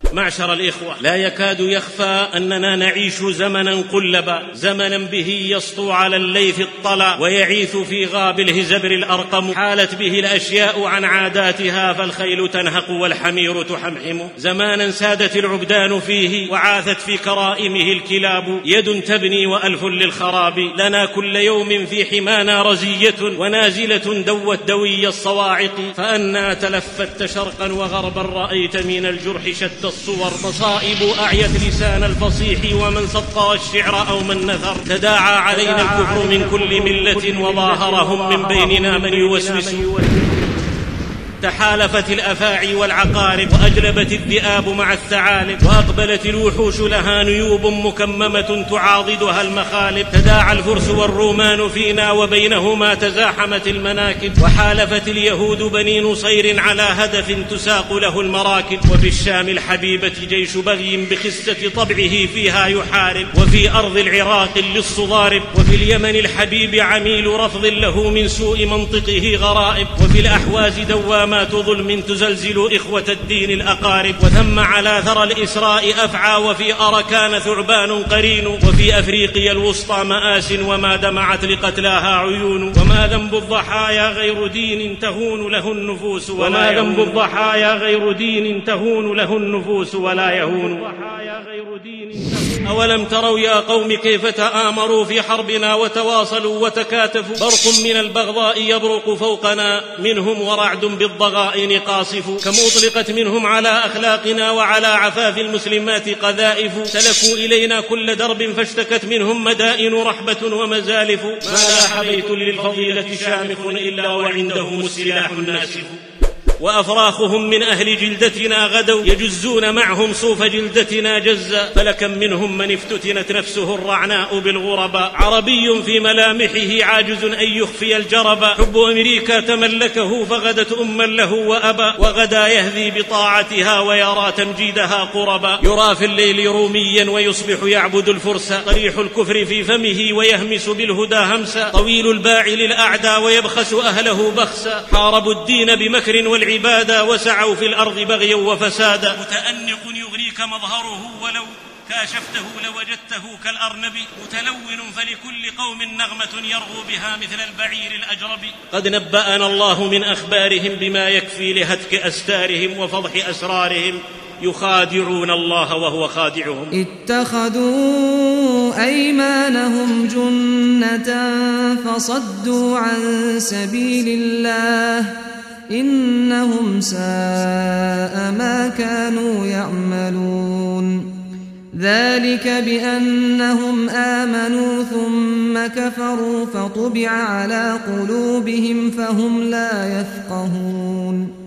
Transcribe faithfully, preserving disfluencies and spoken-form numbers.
معشر الإخوة، لا يكاد يخفى أننا نعيش زمنا قلبا، زمنا به يسطو على الليث الطلى ويعيث في غاب الهزبر الأرقم. حالت به الأشياء عن عاداتها، فالخيل تنهق والحمير تحمحم. زمانا سادت العبدان فيه وعاثت في كرائمه الكلاب، يد تبني وألف للخراب. لنا كل يوم في حمانا رزية ونازلة دوت دوي الصواعق، فأنا تلفت شرقا وغربا رأيت من الجرح شتى الصور. مصائب أعيت لسان الفصيح ومن سطر الشعر أو من نثر. تداعى علينا الكفر من كل ملة وظاهرهم من بيننا من يوسوس. تحالفت الأفاعي والعقارب وأجلبت الذئاب مع الثعالب، وأقبلت الوحوش لها نيوب مكممة تعاضدها المخالب. تداعى الفرس والرومان فينا وبينهما تزاحمت المناكب، وحالفت اليهود بني نصير على هدف تساق له المراكب. وفي الشام الحبيبة جيش بغي بخسة طبعه فيها يحارب، وفي أرض العراق للصضارب، وفي اليمن الحبيب عميل رفض له من سوء منطقه غرائب. وفي الأحواز دوام ظلم تزلزل إخوة الدين الأقارب، وثم على ثرى الإسراء أفعى، وفي أركان ثعبان قرين، وفي أفريقيا الوسطى مآس وما دمعت لقتلاها عيون. وما ذنب الضحايا غير دين تهون له النفوس ولا يهون. وما ذنب الضحايا غير دين تهون له النفوس ولا يهون. أولم تروا يا قوم كيف تآمروا في حربنا وتواصلوا وتكاتفوا. برق من البغضاء يبرق فوقنا منهم ورعد بالضغائن قاصف. كم أطلقت منهم على أخلاقنا وعلى عفاف المسلمات قذائف. سلكوا إلينا كل درب فاشتكت منهم مدائن رحبة ومزالف. ما لاح بيت للفضيلة شامخ إلا وعندهم السلاح الناسف. وأفراخهم من أهل جلدتنا غدوا يجزون معهم صوف جلدتنا جزا. فلكم منهم من افتتنت نفسه الرعناء بالغرباء. عربي في ملامحه عاجز أن يخفي الجربا. حب أمريكا تملكه فغدت أما له وأبا. وغدا يهذي بطاعتها ويرى تمجيدها قربا. يرى في الليل روميا ويصبح يعبد الفرس. طريح الكفر في فمه ويهمس بالهدى همسا. طويل الباع للأعدى ويبخس أهله بخسا. حاربوا الدين بمكر والعبادة عبادا وسعوا في الأرض بغيا وفسادا. متأنق يغريك مظهره ولو كاشفته لوجدته كالأرنب. متلون فلكل قوم نغمة يرغو بها مثل البعير الأجرب. قد نبأنا الله من أخبارهم بما يكفي لهتك أستارهم وفضح أسرارهم. يخادعون الله وهو خادعهم. اتخذوا أيمانهم جنة فصدوا عن سبيل الله إنهم ساء ما كانوا يعملون. ذلك بأنهم آمنوا ثم كفروا فطبع على قلوبهم فهم لا يفقهون.